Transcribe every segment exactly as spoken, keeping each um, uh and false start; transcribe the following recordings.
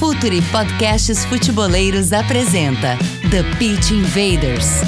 Futuri Podcasts Futeboleiros apresenta The Pitch Invaders.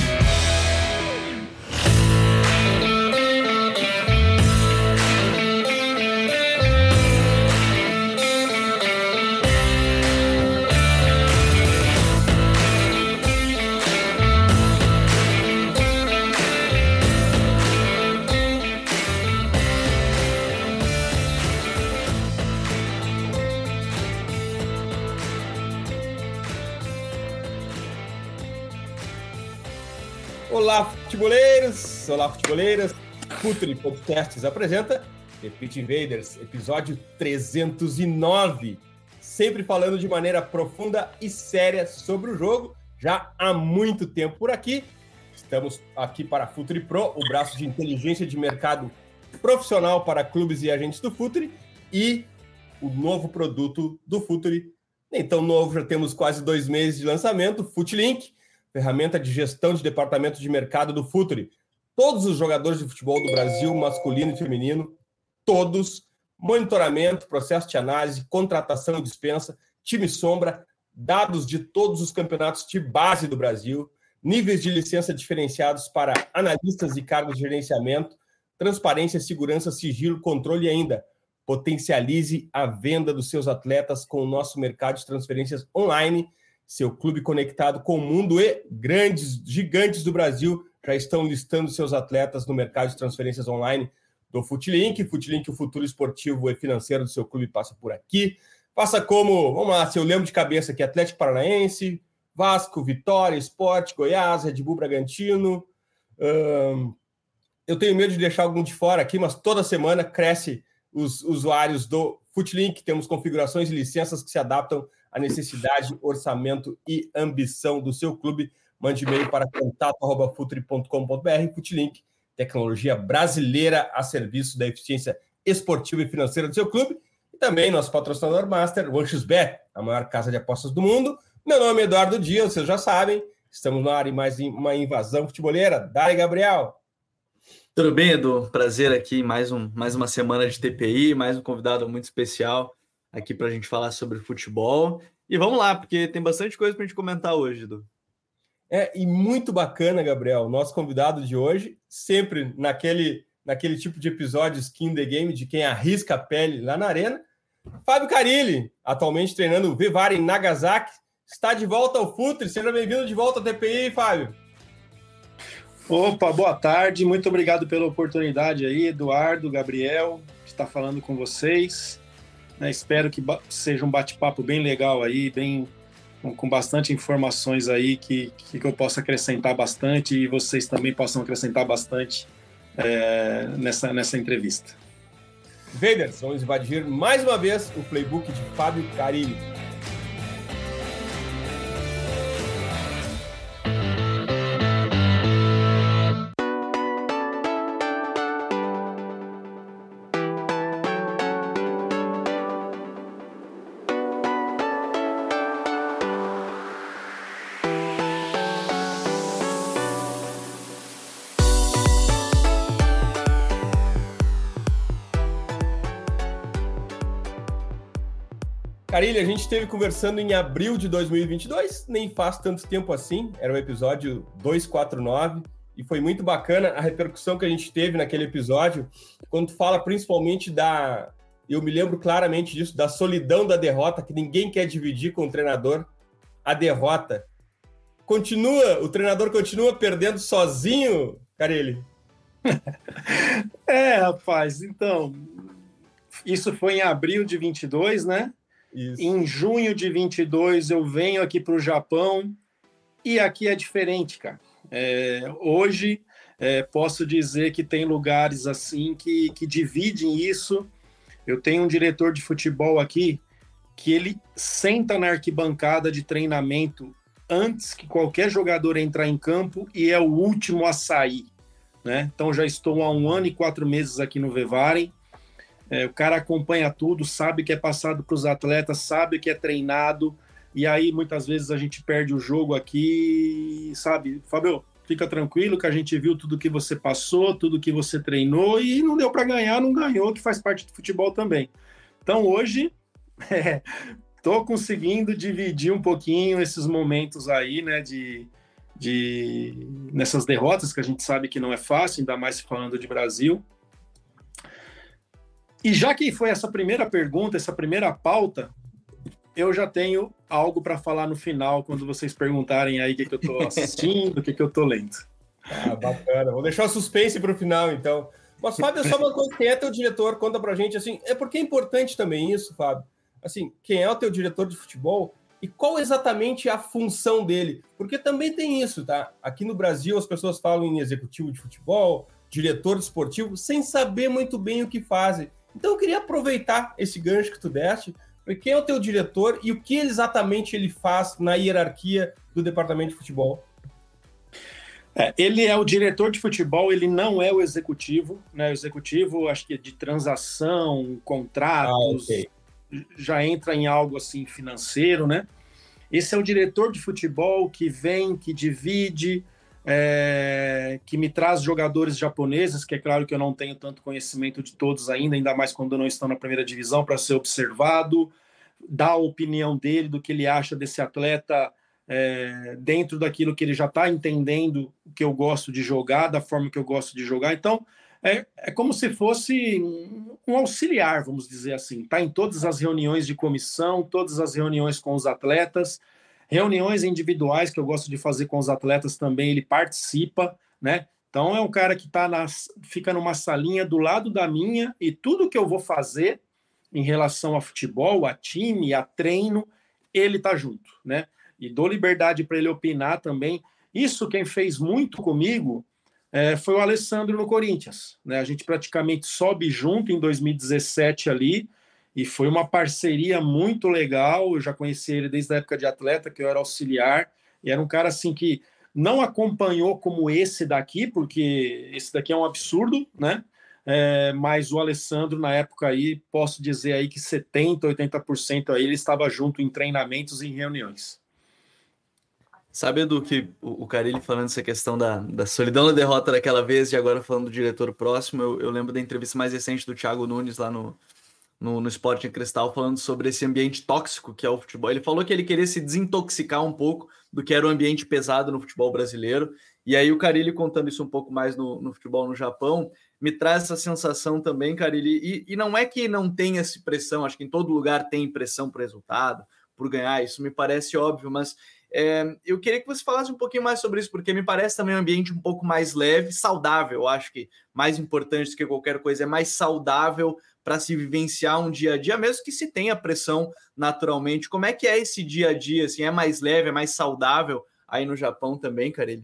Olá, futeboleiros! Olá, futeboleiras! Futuri Podcasts apresenta The Pitch Invaders, episódio trezentos e nove. Sempre falando de maneira profunda e séria sobre o jogo, já há muito tempo por aqui. Estamos aqui para a Futuri Pro, o braço de inteligência de mercado profissional para clubes e agentes do Futuri, e o novo produto do Futuri, nem tão novo, já temos quase dois meses de lançamento, FutiLink, ferramenta de gestão de departamento de mercado do Futuri. Todos os jogadores de futebol do Brasil, masculino e feminino, todos, monitoramento, processo de análise, contratação e dispensa, time sombra, dados de todos os campeonatos de base do Brasil, níveis de licença diferenciados para analistas e cargos de gerenciamento, transparência, segurança, sigilo, controle e ainda potencialize a venda dos seus atletas com o nosso mercado de transferências online. Seu clube conectado com o mundo e grandes gigantes do Brasil já estão listando seus atletas no mercado de transferências online do FutiLink. FutiLink, o futuro esportivo e financeiro do seu clube passa por aqui. Faça como, vamos lá, se eu lembro de cabeça aqui, Atlético Paranaense, Vasco, Vitória, Sport, Goiás, Red Bull Bragantino. Hum, eu tenho medo de deixar algum de fora aqui, mas toda semana cresce os usuários do FutiLink. Temos configurações e licenças que se adaptam à necessidade, orçamento e ambição do seu clube. Mande e-mail para contato arroba futuri ponto com ponto br. FutiLink, tecnologia brasileira a serviço da eficiência esportiva e financeira do seu clube. E também nosso patrocinador master, o OneXBet, a maior casa de apostas do mundo. Meu nome é Eduardo Dias, vocês já sabem. Estamos na área em mais uma invasão futeboleira. Dai, Gabriel. Tudo bem, Edu? Prazer aqui, mais, um, mais uma semana de T P I, mais um convidado muito especial aqui para a gente falar sobre futebol. E vamos lá, porque tem bastante coisa para a gente comentar hoje, Edu. É, e muito bacana, Gabriel, nosso convidado de hoje, sempre naquele, naquele tipo de episódio Skin the Game, de quem arrisca a pele lá na arena. Fábio Carilli, atualmente treinando o Vivara em Nagasaki, está de volta ao Futuri. Seja bem-vindo de volta ao T P I, Fábio. Opa, boa tarde, muito obrigado pela oportunidade aí, Eduardo, Gabriel, de estar falando com vocês. Né, espero que ba- seja um bate-papo bem legal aí, bem, com, com bastante informações aí que, que eu possa acrescentar bastante e vocês também possam acrescentar bastante é, nessa, nessa entrevista. Vaders, vamos invadir mais uma vez o playbook de Fábio Carilli. Carilli, a gente esteve conversando em abril de dois mil e vinte e dois, nem faz tanto tempo assim, era o episódio duzentos e quarenta e nove, e foi muito bacana a repercussão que a gente teve naquele episódio, quando fala principalmente da, eu me lembro claramente disso, da solidão da derrota, que ninguém quer dividir com o treinador, a derrota. Continua, o treinador continua perdendo sozinho, Carilli? É, rapaz, então, isso foi em abril de vinte e dois, né? Isso. Em junho de vinte e dois eu venho aqui para o Japão e aqui é diferente, cara. É, hoje é, posso dizer que tem lugares assim que, que dividem isso. Eu tenho um diretor de futebol aqui que ele senta na arquibancada de treinamento antes que qualquer jogador entrar em campo e é o último a sair, né? Então já estou há um ano e quatro meses aqui no Vivaren. É, o cara acompanha tudo, sabe que é passado para os atletas, sabe que é treinado, e aí muitas vezes a gente perde o jogo aqui, sabe? Fábio, fica tranquilo que a gente viu tudo que você passou, tudo que você treinou, e não deu para ganhar, não ganhou, que faz parte do futebol também. Então hoje, é, tô conseguindo dividir um pouquinho esses momentos aí, né, de, de nessas derrotas que a gente sabe que não é fácil, ainda mais falando de Brasil. E já que foi essa primeira pergunta, essa primeira pauta, eu já tenho algo para falar no final, quando vocês perguntarem aí o que, que eu estou assistindo, o que, que eu estou lendo. Ah, bacana. Vou deixar o suspense para o final, então. Mas, Fábio, só uma coisa, quem é teu diretor? Conta pra gente, assim, é porque é importante também isso, Fábio. Assim, quem é o teu diretor de futebol e qual exatamente a função dele? Porque também tem isso, tá? Aqui no Brasil as pessoas falam em executivo de futebol, diretor esportivo, sem saber muito bem o que fazem. Então eu queria aproveitar esse gancho que tu deste, porque quem é o teu diretor e o que exatamente ele faz na hierarquia do departamento de futebol? É, ele é o diretor de futebol, ele não é o executivo, né? O executivo, acho que é de transação, contratos, ah, okay. Já entra em algo assim financeiro, né? Esse é o diretor de futebol que vem, que divide, é, que me traz jogadores japoneses, que é claro que eu não tenho tanto conhecimento de todos ainda, ainda mais quando não estão na primeira divisão, para ser observado, dá a opinião dele, do que ele acha desse atleta, É, dentro daquilo que ele já está entendendo que eu gosto de jogar, da forma que eu gosto de jogar. Então, é, é como se fosse um auxiliar, vamos dizer assim. Está em todas as reuniões de comissão, todas as reuniões com os atletas, reuniões individuais que eu gosto de fazer com os atletas também, ele participa, né? Então, é um cara que tá nas, fica numa salinha do lado da minha e tudo que eu vou fazer em relação a futebol, a time, a treino, ele está junto, né? E dou liberdade para ele opinar também. Isso quem fez muito comigo é, foi o Alessandro no Corinthians, né? A gente praticamente sobe junto em dois mil e dezessete ali, e foi uma parceria muito legal. Eu já conheci ele desde a época de atleta, que eu era auxiliar, e era um cara assim que não acompanhou como esse daqui, porque esse daqui é um absurdo, né? É, mas o Alessandro, na época aí, posso dizer aí que setenta por cento, oitenta por cento aí ele estava junto em treinamentos e em reuniões. Sabe, Edu, que o, o Carille falando essa questão da, da solidão da derrota daquela vez e agora falando do diretor próximo, eu, eu lembro da entrevista mais recente do Thiago Nunes lá no, no, no Sporting Cristal, falando sobre esse ambiente tóxico que é o futebol. Ele falou que ele queria se desintoxicar um pouco do que era o ambiente pesado no futebol brasileiro, e aí o Carille contando isso um pouco mais no, no futebol no Japão, me traz essa sensação também, Carille, e, e não é que não tenha essa pressão, acho que em todo lugar tem pressão por resultado, por ganhar, isso me parece óbvio, mas É, eu queria que você falasse um pouquinho mais sobre isso, porque me parece também um ambiente um pouco mais leve, saudável. Eu acho que mais importante do que qualquer coisa é mais saudável para se vivenciar um dia a dia, mesmo que se tenha pressão naturalmente. Como é que é esse dia a dia? Assim, é mais leve, é mais saudável aí no Japão também, Carille?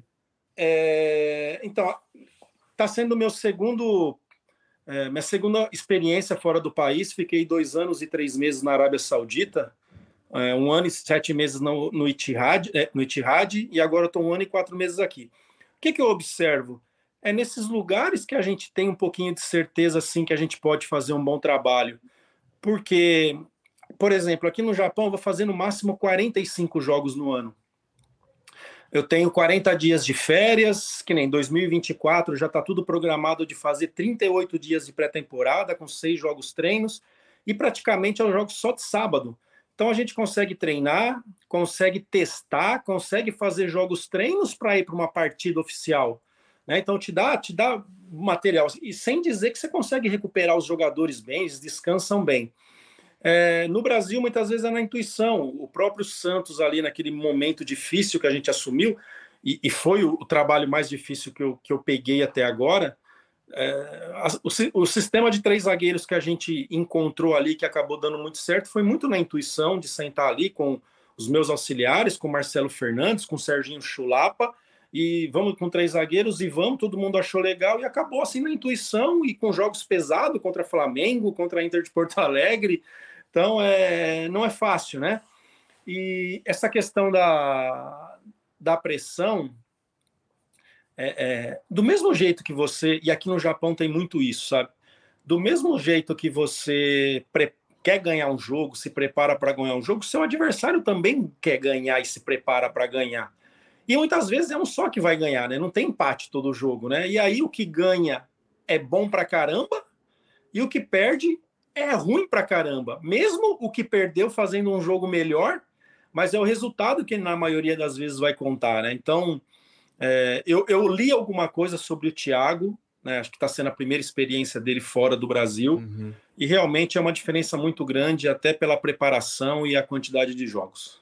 É, então, está sendo meu segundo, é, minha segunda experiência fora do país. Fiquei dois anos e três meses na Arábia Saudita. É, um ano e sete meses no, no, Etihad, é, no Etihad, e agora estou um ano e quatro meses aqui. O que, que eu observo? É nesses lugares que a gente tem um pouquinho de certeza assim, que a gente pode fazer um bom trabalho. Porque, por exemplo, aqui no Japão eu vou fazer no máximo quarenta e cinco jogos no ano. Eu tenho quarenta dias de férias, que nem dois mil e vinte e quatro já está tudo programado de fazer trinta e oito dias de pré-temporada, com seis jogos treinos, e praticamente é um jogo só de sábado. Então a gente consegue treinar, consegue testar, consegue fazer jogos treinos para ir para uma partida oficial, né? Então te dá, te dá material, e sem dizer que você consegue recuperar os jogadores bem, eles descansam bem. É, no Brasil, muitas vezes é na intuição. O próprio Santos ali naquele momento difícil que a gente assumiu, e, e foi o, o trabalho mais difícil que eu, que eu peguei até agora. É, o, o sistema de três zagueiros que a gente encontrou ali, que acabou dando muito certo, foi muito na intuição de sentar ali com os meus auxiliares, com o Marcelo Fernandes, com o Serginho Chulapa, e vamos com três zagueiros e vamos, todo mundo achou legal e acabou assim na intuição e com jogos pesados contra Flamengo, contra a Inter de Porto Alegre. Então é, não é fácil, né? E essa questão da, da pressão, É, é, do mesmo jeito que você, e aqui no Japão tem muito isso, sabe? Do mesmo jeito que você pre, quer ganhar um jogo, se prepara para ganhar um jogo, seu adversário também quer ganhar e se prepara para ganhar. E muitas vezes é um só que vai ganhar, né? Não tem empate todo jogo, né? E aí o que ganha é bom pra caramba e o que perde é ruim pra caramba. Mesmo o que perdeu fazendo um jogo melhor, mas é o resultado que na maioria das vezes vai contar, né? Então, é, eu, eu li alguma coisa sobre o Thiago, né? Acho que está sendo a primeira experiência dele fora do Brasil, uhum. E realmente é uma diferença muito grande, até pela preparação e a quantidade de jogos.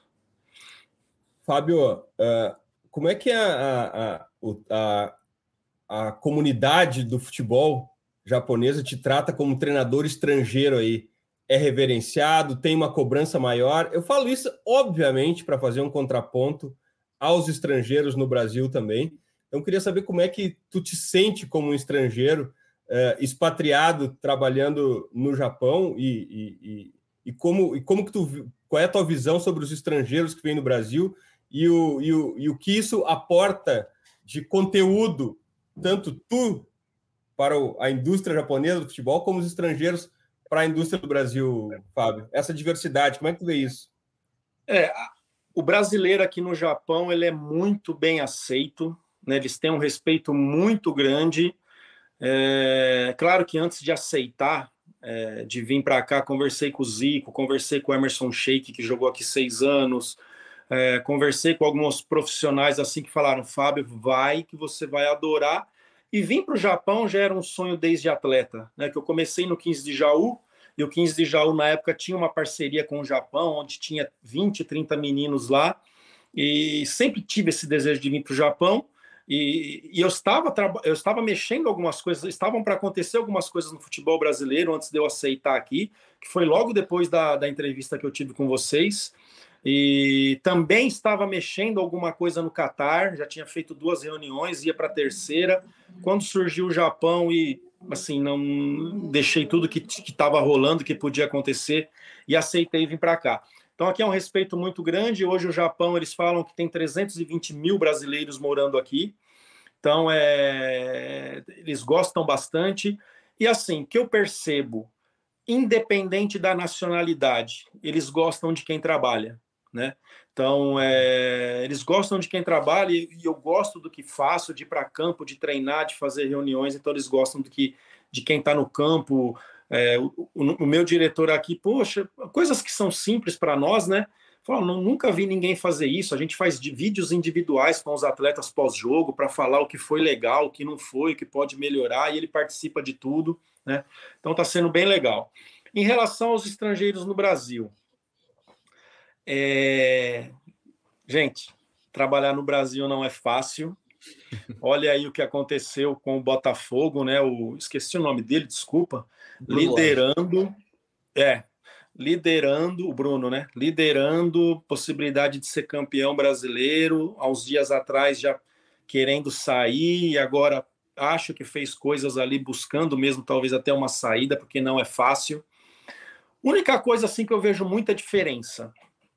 Fábio, uh, como é que a, a, a, a comunidade do futebol japonesa te trata como treinador estrangeiro aí? É reverenciado, tem uma cobrança maior? Eu falo isso, obviamente, para fazer um contraponto aos estrangeiros no Brasil também. Então, eu queria saber como é que tu te sente como um estrangeiro uh, expatriado, trabalhando no Japão e, e, e, e, como, e como que tu, qual é a tua visão sobre os estrangeiros que vêm no Brasil e o, e o, e o que isso aporta de conteúdo, tanto tu para a indústria japonesa do futebol, como os estrangeiros para a indústria do Brasil, Fábio? Essa diversidade, como é que tu vê isso? É, o brasileiro aqui no Japão, ele é muito bem aceito, né? Eles têm um respeito muito grande. É, claro que antes de aceitar, é, de vir para cá, conversei com o Zico, conversei com o Emerson Sheik, que jogou aqui seis anos, é, conversei com alguns profissionais assim que falaram, Fábio, vai que você vai adorar. E vir para o Japão já era um sonho desde atleta, né? Que eu comecei no quinze de Jaú, e o quinze de Jaú, na época, tinha uma parceria com o Japão, onde tinha vinte, trinta meninos lá, e sempre tive esse desejo de vir para o Japão, e, e eu, estava eu estava mexendo algumas coisas, estavam para acontecer algumas coisas no futebol brasileiro, antes de eu aceitar aqui, que foi logo depois da, da entrevista que eu tive com vocês, e também estava mexendo alguma coisa no Catar, já tinha feito duas reuniões, ia para a terceira, quando surgiu o Japão e assim, não deixei tudo que estava rolando, que podia acontecer, e aceitei vir para cá. Então aqui é um respeito muito grande. Hoje o Japão, eles falam que tem trezentos e vinte mil brasileiros morando aqui, então é, eles gostam bastante, e assim, que eu percebo, independente da nacionalidade, eles gostam de quem trabalha, né? Então, é, eles gostam de quem trabalha e eu gosto do que faço, de ir para campo, de treinar, de fazer reuniões, então eles gostam do que, de quem está no campo. É, o, o, o meu diretor aqui, poxa, coisas que são simples para nós, né? Fala, nunca vi ninguém fazer isso, a gente faz de, vídeos individuais com os atletas pós-jogo para falar o que foi legal, o que não foi, o que pode melhorar, e ele participa de tudo, né? Então está sendo bem legal. Em relação aos estrangeiros no Brasil, É... gente, trabalhar no Brasil não é fácil. Olha aí o que aconteceu com o Botafogo, né? O... Esqueci o nome dele, desculpa. Bruno liderando, Lage. é, liderando o Bruno, né? Liderando possibilidade de ser campeão brasileiro. Há uns dias atrás já querendo sair, e agora acho que fez coisas ali buscando mesmo, talvez até uma saída, porque não é fácil. Única coisa assim que eu vejo muita diferença.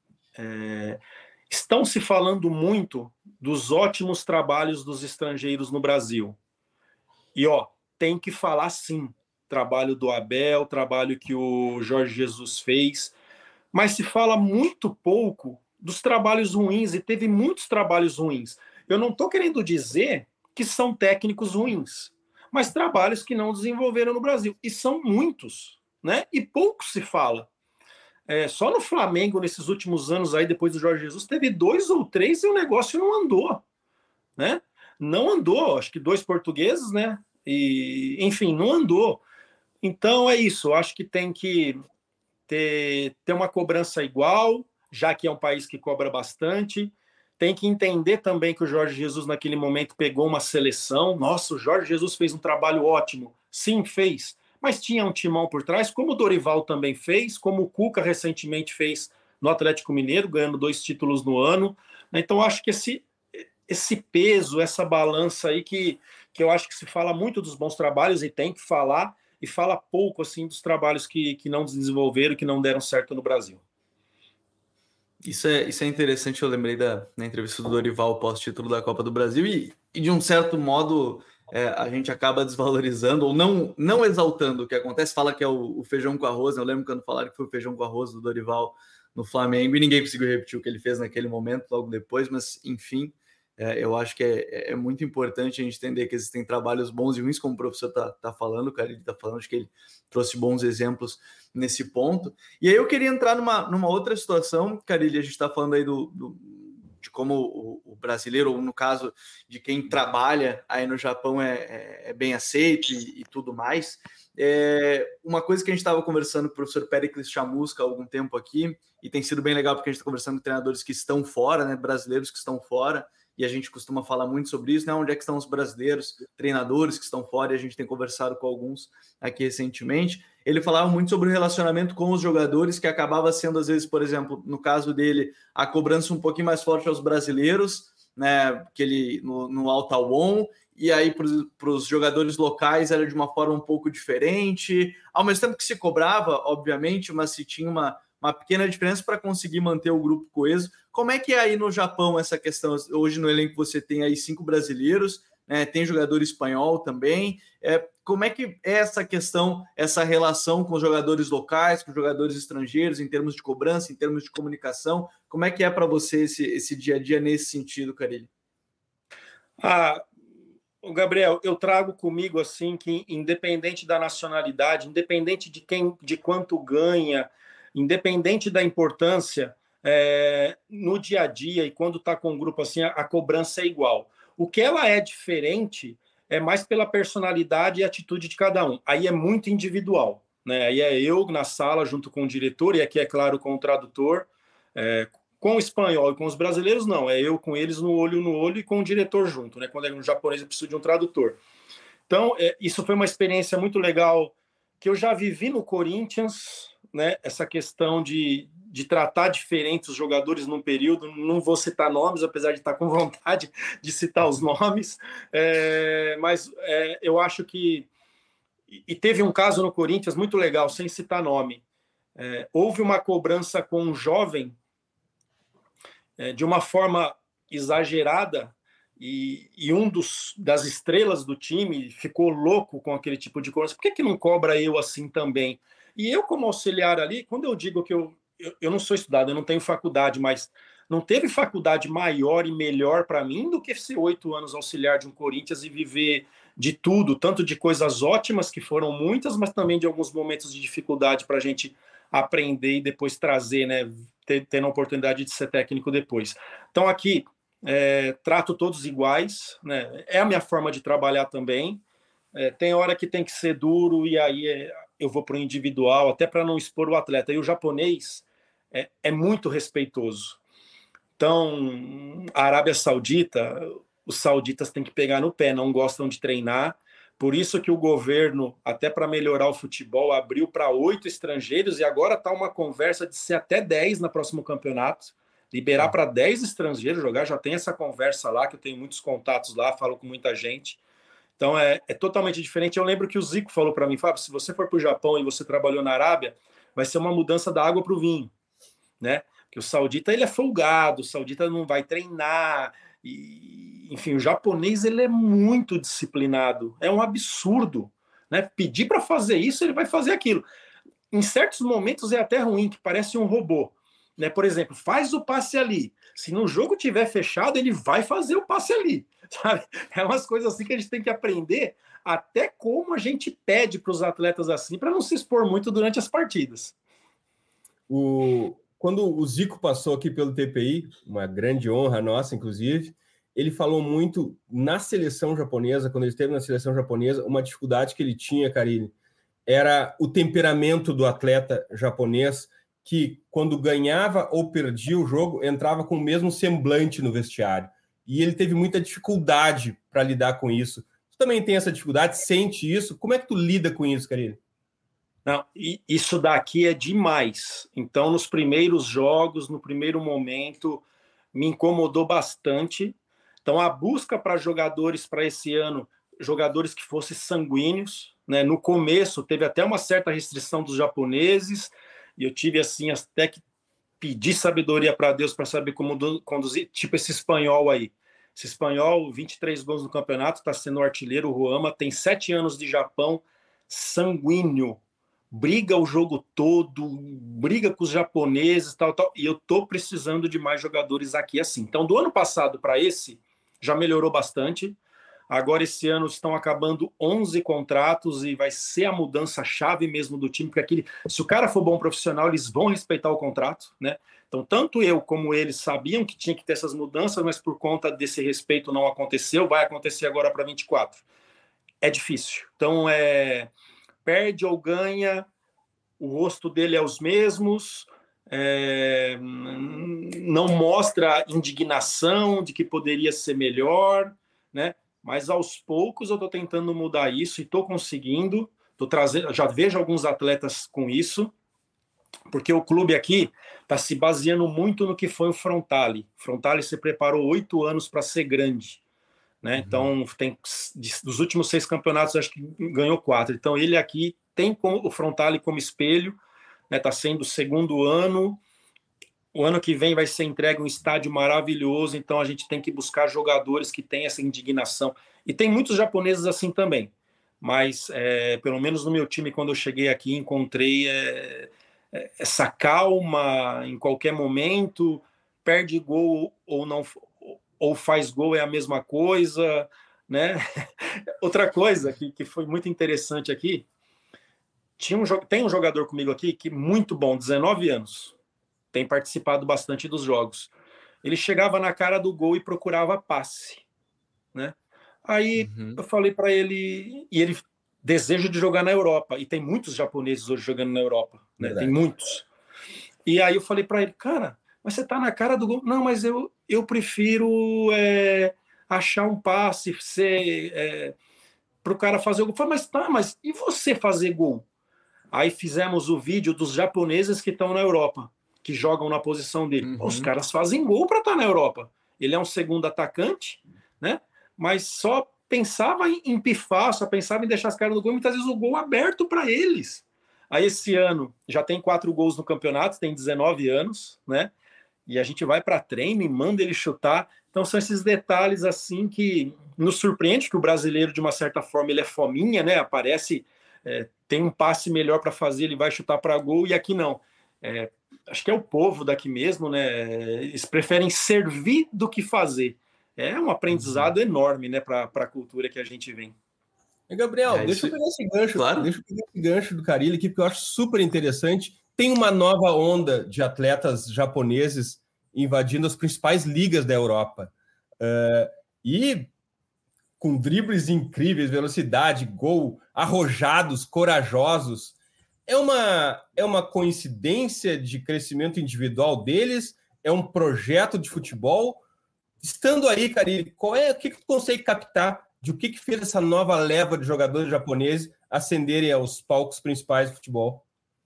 É, estão se falando muito dos ótimos trabalhos dos estrangeiros no Brasil. E, ó, tem que falar sim. Trabalho do Abel, trabalho que o Jorge Jesus fez. Mas se fala muito pouco dos trabalhos ruins, e teve muitos trabalhos ruins. Eu não estou querendo dizer que são técnicos ruins, mas trabalhos que não desenvolveram no Brasil. E são muitos, né? E pouco se fala. É, só no Flamengo, nesses últimos anos aí, depois do Jorge Jesus, teve dois ou três e o negócio não andou, né? Não andou, acho que dois portugueses, né? E, enfim, não andou. Então é isso, acho que tem que ter, ter uma cobrança igual, já que é um país que cobra bastante. Tem que entender também que o Jorge Jesus, naquele momento, pegou uma seleção. Nossa, o Jorge Jesus fez um trabalho ótimo. Sim, fez. Mas tinha um timão por trás, como o Dorival também fez, como o Cuca recentemente fez no Atlético Mineiro, ganhando dois títulos no ano. Então, acho que esse, esse peso, essa balança aí, que, que eu acho que se fala muito dos bons trabalhos, e tem que falar, e fala pouco assim dos trabalhos que, que não desenvolveram, que não deram certo no Brasil. Isso é, isso é interessante, eu lembrei da, da entrevista do Dorival pós-título da Copa do Brasil, e, e de um certo modo... É, a gente acaba desvalorizando ou não, não exaltando o que acontece. Fala que é o, o feijão com arroz, né? Eu lembro quando falaram que foi o feijão com arroz do Dorival no Flamengo e ninguém conseguiu repetir o que ele fez naquele momento, logo depois, mas enfim, É, eu acho que é, é muito importante a gente entender que existem trabalhos bons e ruins, como o professor está tá falando, cara, ele está falando, acho que ele trouxe bons exemplos nesse ponto. E aí eu queria entrar numa, numa outra situação, Carilli, a gente está falando aí do, do, de como o, o brasileiro, ou no caso de quem trabalha aí no Japão, é, é, é bem aceito e, e tudo mais. É, uma coisa que a gente estava conversando com o professor Péricles Chamusca há algum tempo aqui, e tem sido bem legal porque a gente está conversando com treinadores que estão fora, né, brasileiros que estão fora, e a gente costuma falar muito sobre isso, né? Onde é que estão os brasileiros, treinadores que estão fora, e a gente tem conversado com alguns aqui recentemente. Ele falava muito sobre o relacionamento com os jogadores, que acabava sendo, às vezes, por exemplo, no caso dele, a cobrança um pouquinho mais forte aos brasileiros, né? Que ele no, no Altawon, e aí para os jogadores locais era de uma forma um pouco diferente, ao mesmo tempo que se cobrava, obviamente, mas se tinha uma uma pequena diferença para conseguir manter o grupo coeso. Como é que é aí no Japão essa questão? Hoje no elenco você tem aí cinco brasileiros, né, tem jogador espanhol também. É, como é que é essa questão, essa relação com os jogadores locais, com os jogadores estrangeiros, em termos de cobrança, em termos de comunicação? Como é que é para você esse, esse dia a dia nesse sentido, Carilli? Ah, Gabriel, eu trago comigo assim que independente da nacionalidade, independente de quem, de quanto ganha, independente da importância, é, no dia a dia e quando está com um grupo assim, a, a cobrança é igual. O que ela é diferente é mais pela personalidade e atitude de cada um. Aí é muito individual, né? Aí é eu na sala junto com o diretor, e aqui é claro com o tradutor, é, com o espanhol e com os brasileiros não, é eu com eles no olho no olho e com o diretor junto, né? Quando é no japonês eu preciso de um tradutor. Então, é, isso foi uma experiência muito legal que eu já vivi no Corinthians, né, essa questão de, de tratar diferente os jogadores num período. Não vou citar nomes, apesar de estar com vontade de citar os nomes, é, mas é, eu acho que... E teve um caso no Corinthians muito legal, sem citar nome. É, houve uma cobrança com um jovem é, de uma forma exagerada, e, e um dos, das estrelas do time ficou louco com aquele tipo de cobrança. Por que, que não cobra eu assim também? E eu, como auxiliar ali, quando eu digo que eu, eu, eu não sou estudado, eu não tenho faculdade, mas não teve faculdade maior e melhor para mim do que ser oito anos auxiliar de um Corinthians e viver de tudo, tanto de coisas ótimas, que foram muitas, mas também de alguns momentos de dificuldade para a gente aprender e depois trazer, né, tendo a oportunidade de ser técnico depois. Então aqui, é, trato todos iguais, né, é a minha forma de trabalhar também. É, tem hora que tem que ser duro, e aí é, eu vou para o individual, até para não expor o atleta. E o japonês é, é muito respeitoso. Então, a Arábia Saudita, os sauditas têm que pegar no pé, não gostam de treinar. Por isso que o governo, até para melhorar o futebol, abriu para oito estrangeiros, e agora está uma conversa de ser até dez no próximo campeonato. Liberar para dez estrangeiros jogar, já tem essa conversa lá, que eu tenho muitos contatos lá, falo com muita gente. Então é, é totalmente diferente. Eu lembro que o Zico falou para mim, Fábio, se você for para o Japão e você trabalhou na Arábia, vai ser uma mudança da água para o vinho, né? Porque o saudita ele é folgado, o saudita não vai treinar, e, enfim, o japonês ele é muito disciplinado, é um absurdo, né? Pedir para fazer isso, ele vai fazer aquilo. Em certos momentos é até ruim, que parece um robô, né? Por exemplo, faz o passe ali. Se no jogo tiver fechado, ele vai fazer o passe ali, sabe? É umas coisas assim que a gente tem que aprender, até como a gente pede para os atletas assim, para não se expor muito durante as partidas. O... Quando o Zico passou aqui pelo T P I, uma grande honra nossa, inclusive, ele falou muito na seleção japonesa, quando ele esteve na seleção japonesa, uma dificuldade que ele tinha, Carilli, era o temperamento do atleta japonês, que quando ganhava ou perdia o jogo, entrava com o mesmo semblante no vestiário. E ele teve muita dificuldade para lidar com isso. Tu também tem essa dificuldade, sente isso? Como é que tu lida com isso, Carilli? Não, isso daqui é demais. Então, nos primeiros jogos, no primeiro momento, me incomodou bastante. Então, a busca para jogadores para esse ano, jogadores que fossem sanguíneos, né? No começo, teve até uma certa restrição dos japoneses, e eu tive, assim, até que pedir sabedoria para Deus para saber como conduzir, tipo esse espanhol aí. Esse espanhol, vinte e três gols no campeonato, está sendo artilheiro, o Ruama, tem sete anos de Japão, sanguíneo. Briga o jogo todo, briga com os japoneses, tal, tal, e eu tô precisando de mais jogadores aqui assim. Então, do ano passado para esse, já melhorou bastante. Agora, esse ano, estão acabando onze contratos e vai ser a mudança-chave mesmo do time, porque aquele, se o cara for bom profissional, eles vão respeitar o contrato, né? Então, tanto eu como eles sabiam que tinha que ter essas mudanças, mas por conta desse respeito não aconteceu, vai acontecer agora para vinte e quatro. É difícil. Então, é, perde ou ganha, o rosto dele é os mesmos, é, não mostra indignação de que poderia ser melhor, né? Mas aos poucos eu estou tentando mudar isso e estou conseguindo. Tô trazendo, já vejo alguns atletas com isso, porque o clube aqui está se baseando muito no que foi o Frontale. O Frontale se preparou oito anos para ser grande, né? Uhum. Então, tem, dos últimos seis campeonatos, acho que ganhou quatro. Então, ele aqui tem o Frontale como espelho, né? Está sendo o segundo ano. O ano que vem vai ser entregue um estádio maravilhoso, então a gente tem que buscar jogadores que têm essa indignação. E tem muitos japoneses assim também, mas é, pelo menos no meu time, quando eu cheguei aqui, encontrei é, é, essa calma em qualquer momento, perde gol ou não, ou faz gol é a mesma coisa, né? Outra coisa que, que foi muito interessante aqui, tinha um, tem um jogador comigo aqui que muito bom, dezenove anos, tem participado bastante dos jogos. Ele chegava na cara do gol e procurava passe, né? Aí uhum. eu falei para ele, e ele deseja de jogar na Europa, e tem muitos japoneses hoje jogando na Europa, né? Tem muitos. E aí eu falei para ele, cara, mas você tá na cara do gol? Não, mas eu, eu prefiro é, achar um passe, ser, é, para o cara fazer o gol. Eu falei, mas tá, mas e você fazer gol? Aí fizemos o vídeo dos japoneses que estão na Europa, que jogam na posição dele. Uhum. Os caras fazem gol para estar na Europa. Ele é um segundo atacante, né? Mas só pensava em pifar, só pensava em deixar as caras no gol, e muitas vezes o gol aberto para eles. Aí esse ano já tem quatro gols no campeonato, tem dezenove anos, né? E a gente vai para treino e manda ele chutar. Então são esses detalhes assim que nos surpreende, que o brasileiro, de uma certa forma, ele é fominha, né? Aparece, é, tem um passe melhor para fazer, ele vai chutar para gol, e aqui não. É, acho que é o povo daqui mesmo, né? Eles preferem servir do que fazer. É um aprendizado uhum. enorme, né, para a cultura que a gente vem. E Gabriel, é, deixa isso... eu pegar esse gancho, claro. deixa eu pegar esse gancho do Carille aqui, porque eu acho super interessante. Tem uma nova onda de atletas japoneses invadindo as principais ligas da Europa. Uh, e com dribles incríveis, velocidade, gol, arrojados, corajosos. É uma, é uma coincidência de crescimento individual deles? É um projeto de futebol? Estando aí, Carille, qual é, o que, que tu consegue captar de o que, que fez essa nova leva de jogadores japoneses ascenderem aos palcos principais de futebol?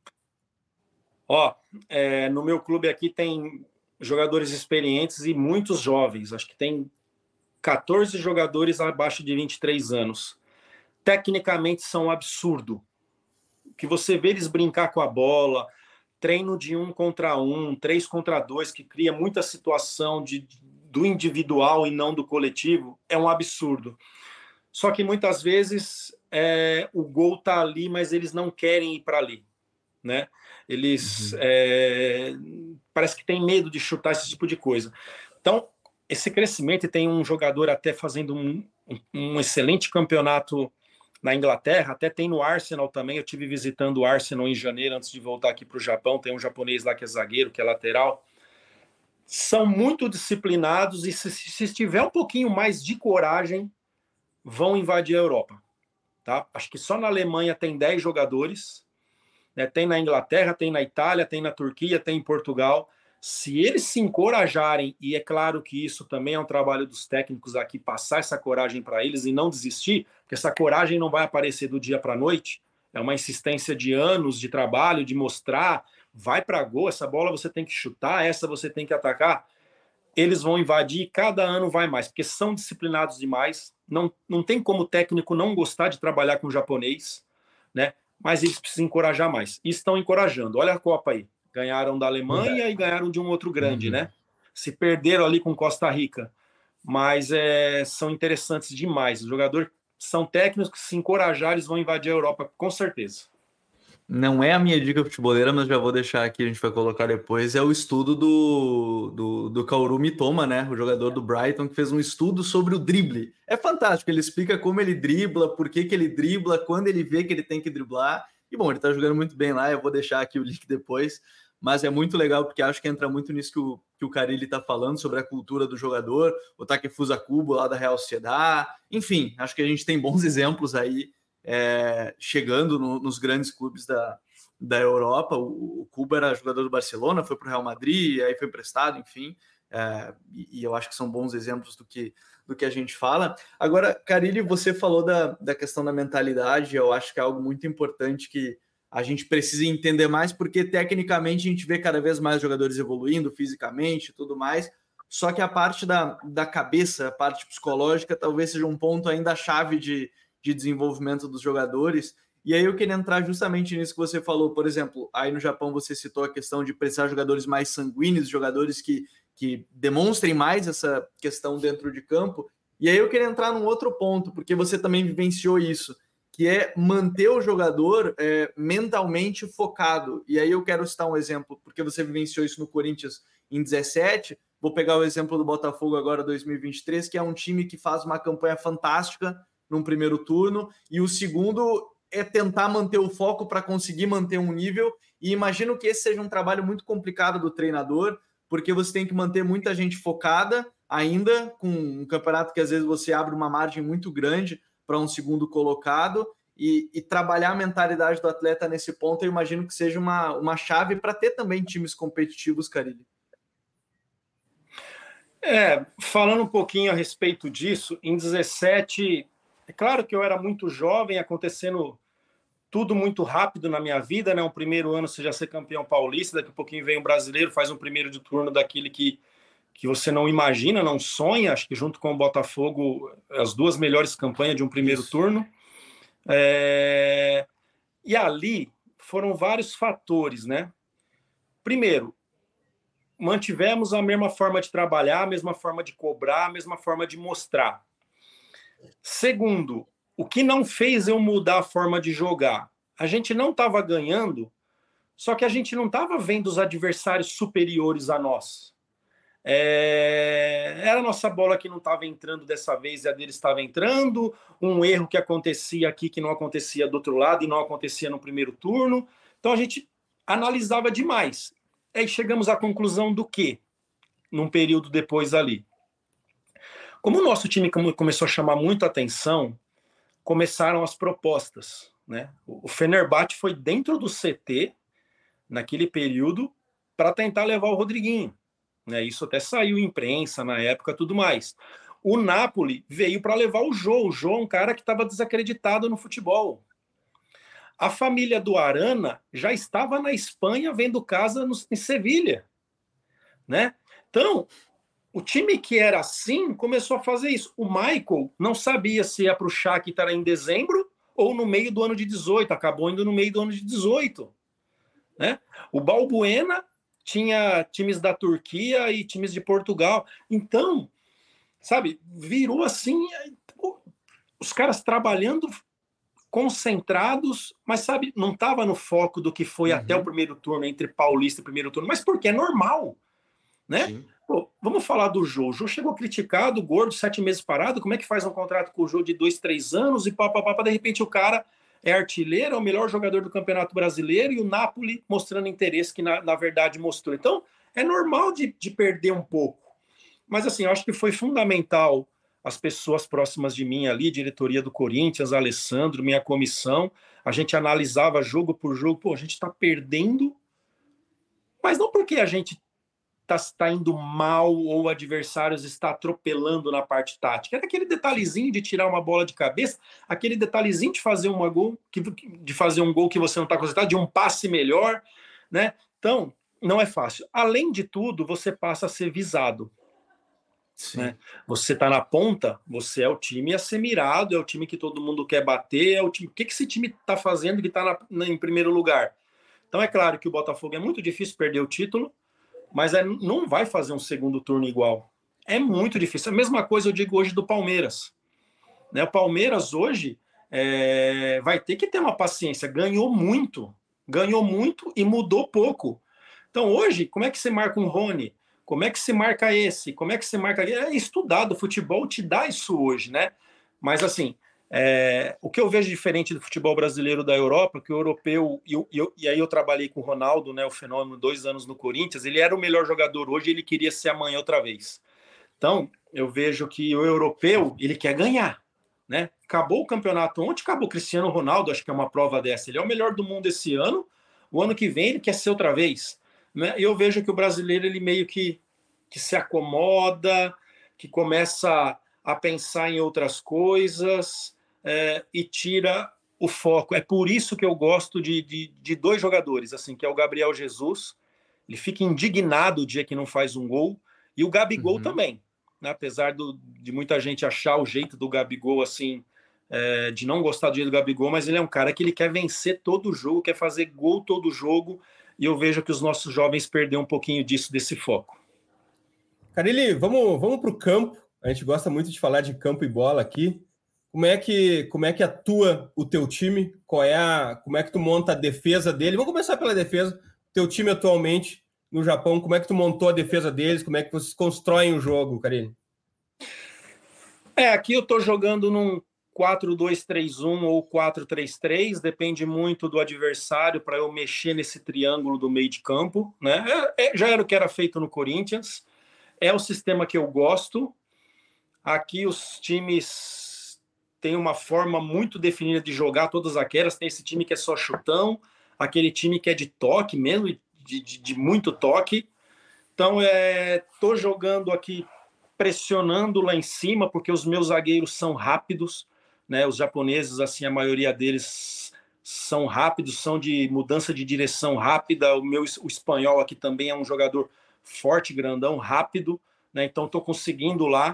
Ó, é, no meu clube aqui tem jogadores experientes e muitos jovens. Acho que tem quatorze jogadores abaixo de vinte e três anos. Tecnicamente são um absurdo. Que você vê eles brincar com a bola, treino de um contra um, três contra dois, que cria muita situação de, do individual e não do coletivo, é um absurdo. Só que muitas vezes é, o gol tá ali, mas eles não querem ir para ali, né? Eles uhum. é, parece que tem medo de chutar esse tipo de coisa. Então, esse crescimento, tem um jogador até fazendo um, um excelente campeonato na Inglaterra, até tem no Arsenal também. Eu tive visitando o Arsenal em janeiro, antes de voltar aqui para o Japão. Tem um japonês lá que é zagueiro, que é lateral. São muito disciplinados e se, se tiver um pouquinho mais de coragem, vão invadir a Europa. Tá? Acho que só na Alemanha tem dez jogadores, né? Tem na Inglaterra, tem na Itália, tem na Turquia, tem em Portugal. Se eles se encorajarem, e é claro que isso também é um trabalho dos técnicos aqui, passar essa coragem para eles e não desistir, porque essa coragem não vai aparecer do dia para a noite, é uma insistência de anos de trabalho, de mostrar, vai para gol, essa bola você tem que chutar, essa você tem que atacar. Eles vão invadir e cada ano vai mais, porque são disciplinados demais, não, não tem como o técnico não gostar de trabalhar com o japonês, né? Mas eles precisam encorajar mais, e estão encorajando. Olha a Copa aí. Ganharam da Alemanha e ganharam de um outro grande, uhum. né? Se perderam ali com Costa Rica. Mas é, são interessantes demais. Os jogadores são técnicos que, se encorajar, eles vão invadir a Europa, com certeza. não é a minha dica futeboleira, mas já vou deixar aqui, a gente vai colocar depois, é o estudo do, do, do Kaoru Mitoma, né? O jogador do Brighton, que fez um estudo sobre o drible. É fantástico, ele explica como ele dribla, por que, que ele dribla, quando ele vê que ele tem que driblar. E bom, ele tá jogando muito bem lá, eu vou deixar aqui o link depois, mas é muito legal, porque acho que entra muito nisso que o, que o Carille tá falando, sobre a cultura do jogador, o Takefusa Kubo lá da Real Sociedad. Enfim, acho que a gente tem bons exemplos aí, É, chegando no, nos grandes clubes da, da Europa. O, o Kubo era jogador do Barcelona, foi para o Real Madrid, aí foi emprestado, enfim, é, e, e eu acho que são bons exemplos do que, do que a gente fala. Agora, Carille, você falou da, da questão da mentalidade, eu acho que é algo muito importante que a gente precisa entender mais, porque tecnicamente a gente vê cada vez mais jogadores evoluindo fisicamente e tudo mais, só que a parte da, da cabeça, a parte psicológica, talvez seja um ponto ainda chave de de desenvolvimento dos jogadores. E aí eu queria entrar justamente nisso que você falou. Por exemplo, aí no Japão você citou a questão de precisar de jogadores mais sanguíneos, jogadores que, que demonstrem mais essa questão dentro de campo. E aí eu queria entrar num outro ponto, porque você também vivenciou isso, que é manter o jogador é, mentalmente focado. E aí eu quero citar um exemplo, porque você vivenciou isso no Corinthians em dezessete, vou pegar o exemplo do Botafogo agora dois mil e vinte e três, que é um time que faz uma campanha fantástica num primeiro turno, e o segundo é tentar manter o foco para conseguir manter um nível, e imagino que esse seja um trabalho muito complicado do treinador, porque você tem que manter muita gente focada, ainda com um campeonato que às vezes você abre uma margem muito grande para um segundo colocado, e, e trabalhar a mentalidade do atleta nesse ponto, eu imagino que seja uma, uma chave para ter também times competitivos, Carille. É, falando um pouquinho a respeito disso, em dezessete... É claro que eu era muito jovem, acontecendo tudo muito rápido na minha vida, né? O primeiro ano você já ser campeão paulista, daqui a pouquinho vem um brasileiro, faz um primeiro de turno daquele que, que você não imagina, não sonha, acho que junto com o Botafogo, as duas melhores campanhas de um primeiro Isso. turno. É... E ali foram vários fatores, né? Primeiro, mantivemos a mesma forma de trabalhar, a mesma forma de cobrar, a mesma forma de mostrar. Segundo, o que não fez eu mudar a forma de jogar? A gente não estava ganhando, só que a gente não estava vendo os adversários superiores a nós. É... Era a nossa bola que não estava entrando dessa vez e a deles estava entrando, um erro que acontecia aqui que não acontecia do outro lado e não acontecia no primeiro turno. Então a gente analisava demais. Aí chegamos à conclusão do quê? Num período depois ali. Como o nosso time começou a chamar muita atenção, começaram as propostas, né? O Fenerbahçe foi dentro do C T, naquele período, para tentar levar o Rodriguinho, né? Isso até saiu em imprensa na época, tudo mais. O Napoli veio para levar o Jô. O Jô é um cara que estava desacreditado no futebol. A família do Arana já estava na Espanha vendo casa no, em Sevilha, né? Então... O time que era assim começou a fazer isso. O Michael não sabia se ia para o Shakhtar em dezembro ou no meio do ano de dezoito. Acabou indo no meio do ano de dezoito. Né? O Balbuena tinha times da Turquia e times de Portugal. Então, sabe, virou assim, os caras trabalhando concentrados, mas, sabe, não estava no foco do que foi uhum. até o primeiro turno, entre Paulista e primeiro turno, mas porque é normal, né? Pô, vamos falar do Jô. O Jô chegou criticado, gordo, sete meses parado. Como é que faz um contrato com o Jô de dois, três anos e pá, pá, pá, pá, de repente o cara é artilheiro, é o melhor jogador do Campeonato Brasileiro e o Napoli mostrando interesse que na, na verdade mostrou. Então, é normal de, de perder um pouco. Mas assim, eu acho que foi fundamental as pessoas próximas de mim ali, diretoria do Corinthians, Alessandro, minha comissão, a gente analisava jogo por jogo, pô, a gente tá perdendo, mas não porque a gente está indo mal ou o adversário está atropelando na parte tática. Era aquele detalhezinho de tirar uma bola de cabeça, aquele detalhezinho de fazer uma gol, de fazer um gol que você não está concentrado, de um passe melhor, né? Então, não é fácil. Além de tudo, você passa a ser visado. Né? Você está na ponta, você é o time a ser mirado, é o time que todo mundo quer bater, é o time. O que, que esse time está fazendo que está em primeiro lugar? Então, é claro que o Botafogo é muito difícil perder o título, mas é, não vai fazer um segundo turno igual. É muito difícil. A mesma coisa eu digo hoje do Palmeiras. Né? O Palmeiras hoje é, vai ter que ter uma paciência. Ganhou muito. ganhou muito e mudou pouco. Então, hoje, como é que você marca um Rony? Como é que se marca esse? Como é que se marca... É estudado, o futebol te dá isso hoje, né? Mas, assim, é... o que eu vejo diferente do futebol brasileiro da Europa, que o europeu... E, eu, e aí eu trabalhei com o Ronaldo, né, o Fenômeno, dois anos no Corinthians, ele era o melhor jogador hoje, ele queria ser amanhã outra vez. Então, eu vejo que o europeu, ele quer ganhar, né? Acabou o campeonato ontem, acabou o Cristiano Ronaldo, acho que é uma prova dessa. Ele é o melhor do mundo esse ano, o ano que vem ele quer ser outra vez. Né? Eu vejo que o brasileiro ele meio que, que se acomoda, que começa a pensar em outras coisas é, e tira o foco. É por isso que eu gosto de, de, de dois jogadores, assim, que é o Gabriel Jesus, ele fica indignado o dia que não faz um gol, e o Gabigol uhum. também, né? Apesar do, de muita gente achar o jeito do Gabigol assim, é, de não gostar do jeito do Gabigol, mas ele é um cara que ele quer vencer todo jogo, quer fazer gol todo jogo, e eu vejo que os nossos jovens perderam um pouquinho disso, desse foco. Carille, vamos, vamos para o campo. A gente gosta muito de falar de campo e bola aqui. Como é que, como é que atua o teu time? Qual é a, como é que tu monta a defesa dele? Vamos começar pela defesa. Teu time atualmente no Japão, como é que tu montou a defesa deles? Como é que vocês constroem o jogo, Carille? É, aqui eu estou jogando num quatro dois três um ou quatro três três, depende muito do adversário para eu mexer nesse triângulo do meio de campo, né? É, é, já era o que era feito no Corinthians, é o sistema que eu gosto. Aqui os times têm uma forma muito definida de jogar, todas aquelas, tem esse time que é só chutão, aquele time que é de toque mesmo, de, de, de muito toque. Então, é, tô jogando aqui pressionando lá em cima, porque os meus zagueiros são rápidos, né? Os japoneses, assim, a maioria deles são rápidos, são de mudança de direção rápida. O meu o espanhol aqui também é um jogador forte, grandão, rápido, né? Então estou conseguindo lá,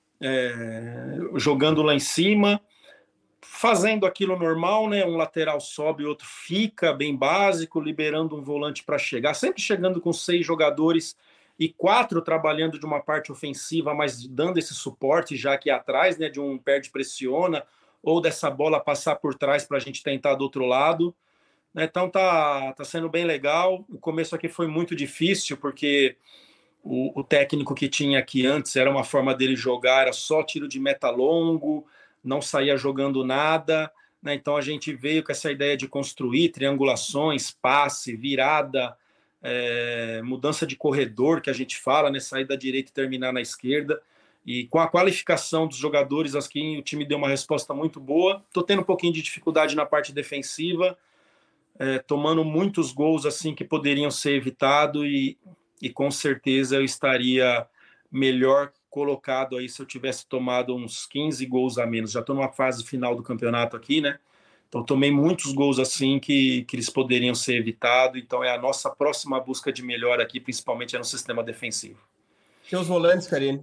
é, jogando lá em cima, fazendo aquilo normal, né? Um lateral sobe, outro fica, bem básico, liberando um volante para chegar, sempre chegando com seis jogadores e quatro trabalhando de uma parte ofensiva, mas dando esse suporte já aqui atrás, né? De um perde-pressiona, ou dessa bola passar por trás para a gente tentar do outro lado. Então tá, tá sendo bem legal. O começo aqui foi muito difícil, porque o, o técnico que tinha aqui antes era uma forma dele jogar, era só tiro de meta longo, não saía jogando nada, né? Então a gente veio com essa ideia de construir triangulações, passe, virada, é, mudança de corredor, que a gente fala, né? Sair da direita e terminar na esquerda. E com a qualificação dos jogadores, assim, o time deu uma resposta muito boa. Estou tendo um pouquinho de dificuldade na parte defensiva, é, tomando muitos gols assim que poderiam ser evitados, e, e com certeza eu estaria melhor colocado aí se eu tivesse tomado uns quinze gols a menos. Já estou numa fase final do campeonato aqui, né? Então tomei muitos gols assim que, que eles poderiam ser evitados. Então é a nossa próxima busca de melhora aqui, principalmente é no sistema defensivo. Teus volantes, Carille.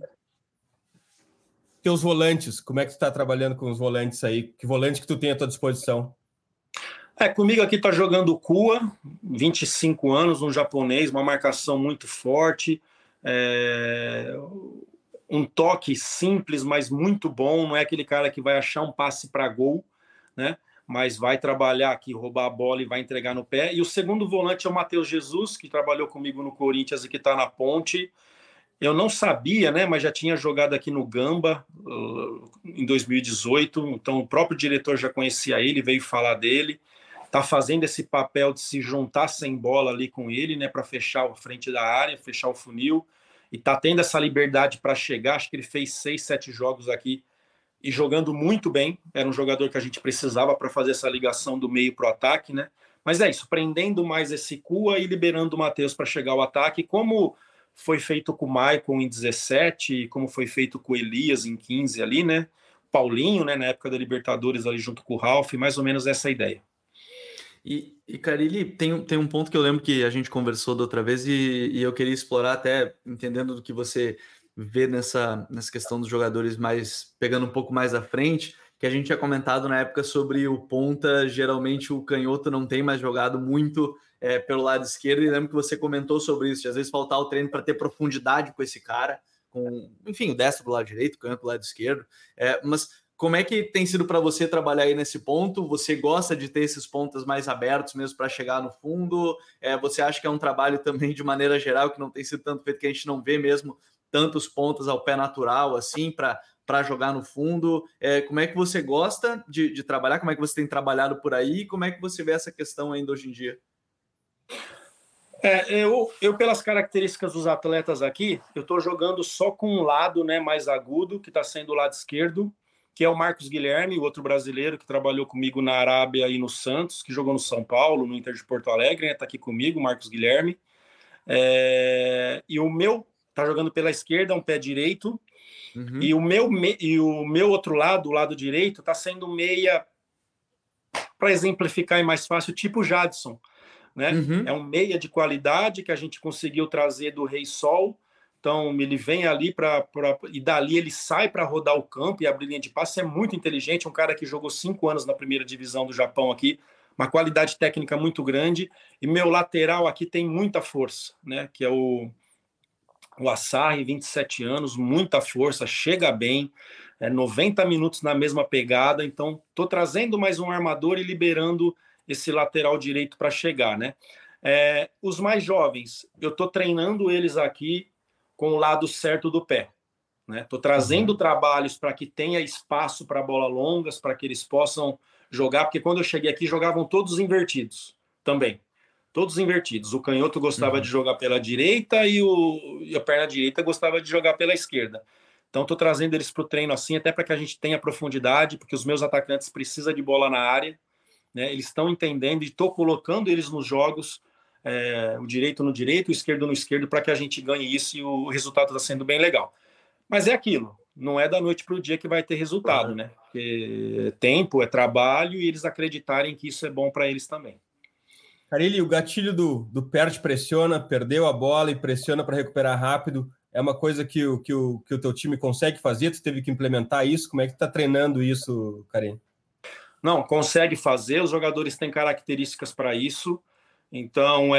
Teus volantes, como é que tu está trabalhando com os volantes aí? Que volante que tu tem à tua disposição? É, comigo aqui tá jogando o Kua, vinte e cinco anos, um japonês, uma marcação muito forte, é... um toque simples, mas muito bom. Não é aquele cara que vai achar um passe para gol, né? Mas vai trabalhar aqui, roubar a bola e vai entregar no pé. E o segundo volante é o Matheus Jesus, que trabalhou comigo no Corinthians e que está na Ponte. Eu não sabia, né, mas já tinha jogado aqui no Gamba uh, em dois mil e dezoito, então o próprio diretor já conhecia ele, veio falar dele. Está fazendo esse papel de se juntar sem bola ali com ele, né, para fechar a frente da área, fechar o funil, e está tendo essa liberdade para chegar. Acho que ele fez seis, sete jogos aqui e jogando muito bem. Era um jogador que a gente precisava para fazer essa ligação do meio para o ataque, né? Mas é isso, prendendo mais esse Kua e liberando o Matheus para chegar ao ataque, como foi feito com o Maicon em dezessete, como foi feito com o Elias em quinze ali, né? Paulinho, né, na época da Libertadores ali junto com o Ralf, mais ou menos essa ideia. E, e Carille, tem, tem um ponto que eu lembro que a gente conversou da outra vez e, e eu queria explorar, até entendendo do que você vê nessa, nessa questão dos jogadores, mais pegando um pouco mais à frente, que a gente tinha comentado na época sobre o ponta. Geralmente o canhoto não tem mais jogado muito é, pelo lado esquerdo, e lembro que você comentou sobre isso, de às vezes faltar o treino para ter profundidade com esse cara, com, enfim, o destro do lado direito, o canhoto do lado esquerdo, é, mas como é que tem sido para você trabalhar aí nesse ponto? Você gosta de ter esses pontos mais abertos mesmo para chegar no fundo? É, você acha que é um trabalho também de maneira geral que não tem sido tanto feito, que a gente não vê mesmo tantos pontos ao pé natural assim para para jogar no fundo? É, como é que você gosta de, de trabalhar? Como é que você tem trabalhado por aí? Como é que você vê essa questão ainda hoje em dia? É, eu, eu, pelas características dos atletas aqui, eu estou jogando só com um lado, né, mais agudo, que está sendo o lado esquerdo, que é o Marcos Guilherme, o outro brasileiro que trabalhou comigo na Arábia e no Santos, que jogou no São Paulo, no Inter de Porto Alegre, está aqui comigo, o Marcos Guilherme. É, e o meu está jogando pela esquerda, um pé direito, uhum. e, o meu, e o meu outro lado, o lado direito, está sendo meia, para exemplificar e mais fácil, tipo Jadson. Né? Uhum. É um meia de qualidade que a gente conseguiu trazer do Rei Sol. Então, ele vem ali para. E dali ele sai para rodar o campo e abrir linha de passe. É muito inteligente. Um cara que jogou cinco anos na primeira divisão do Japão aqui, uma qualidade técnica muito grande. E meu lateral aqui tem muita força, né? Que é o, o Asahi, vinte e sete anos, muita força, chega bem, é noventa minutos na mesma pegada. Então, estou trazendo mais um armador e liberando esse lateral direito para chegar, né? É, os mais jovens, eu estou treinando eles aqui com o lado certo do pé, né? Estou trazendo uhum. trabalhos para que tenha espaço para bola longas, para que eles possam jogar, porque quando eu cheguei aqui jogavam todos invertidos também, todos invertidos. O canhoto gostava uhum. de jogar pela direita e, o, e a perna direita gostava de jogar pela esquerda. Então estou trazendo eles para o treino assim, até para que a gente tenha profundidade, porque os meus atacantes precisam de bola na área. Né, eles estão entendendo e estou colocando eles nos jogos, é, o direito no direito, o esquerdo no esquerdo, para que a gente ganhe isso e o resultado está sendo bem legal. Mas é aquilo, não é da noite para o dia que vai ter resultado, né? Porque é tempo, é trabalho e eles acreditarem que isso é bom para eles também. Carilli, o gatilho do, do perde, pressiona, perdeu a bola e pressiona para recuperar rápido, é uma coisa que o, que, o, que o teu time consegue fazer? Tu teve que implementar isso? Como é que tu está treinando isso, Carilli? Não, consegue fazer, os jogadores têm características para isso, então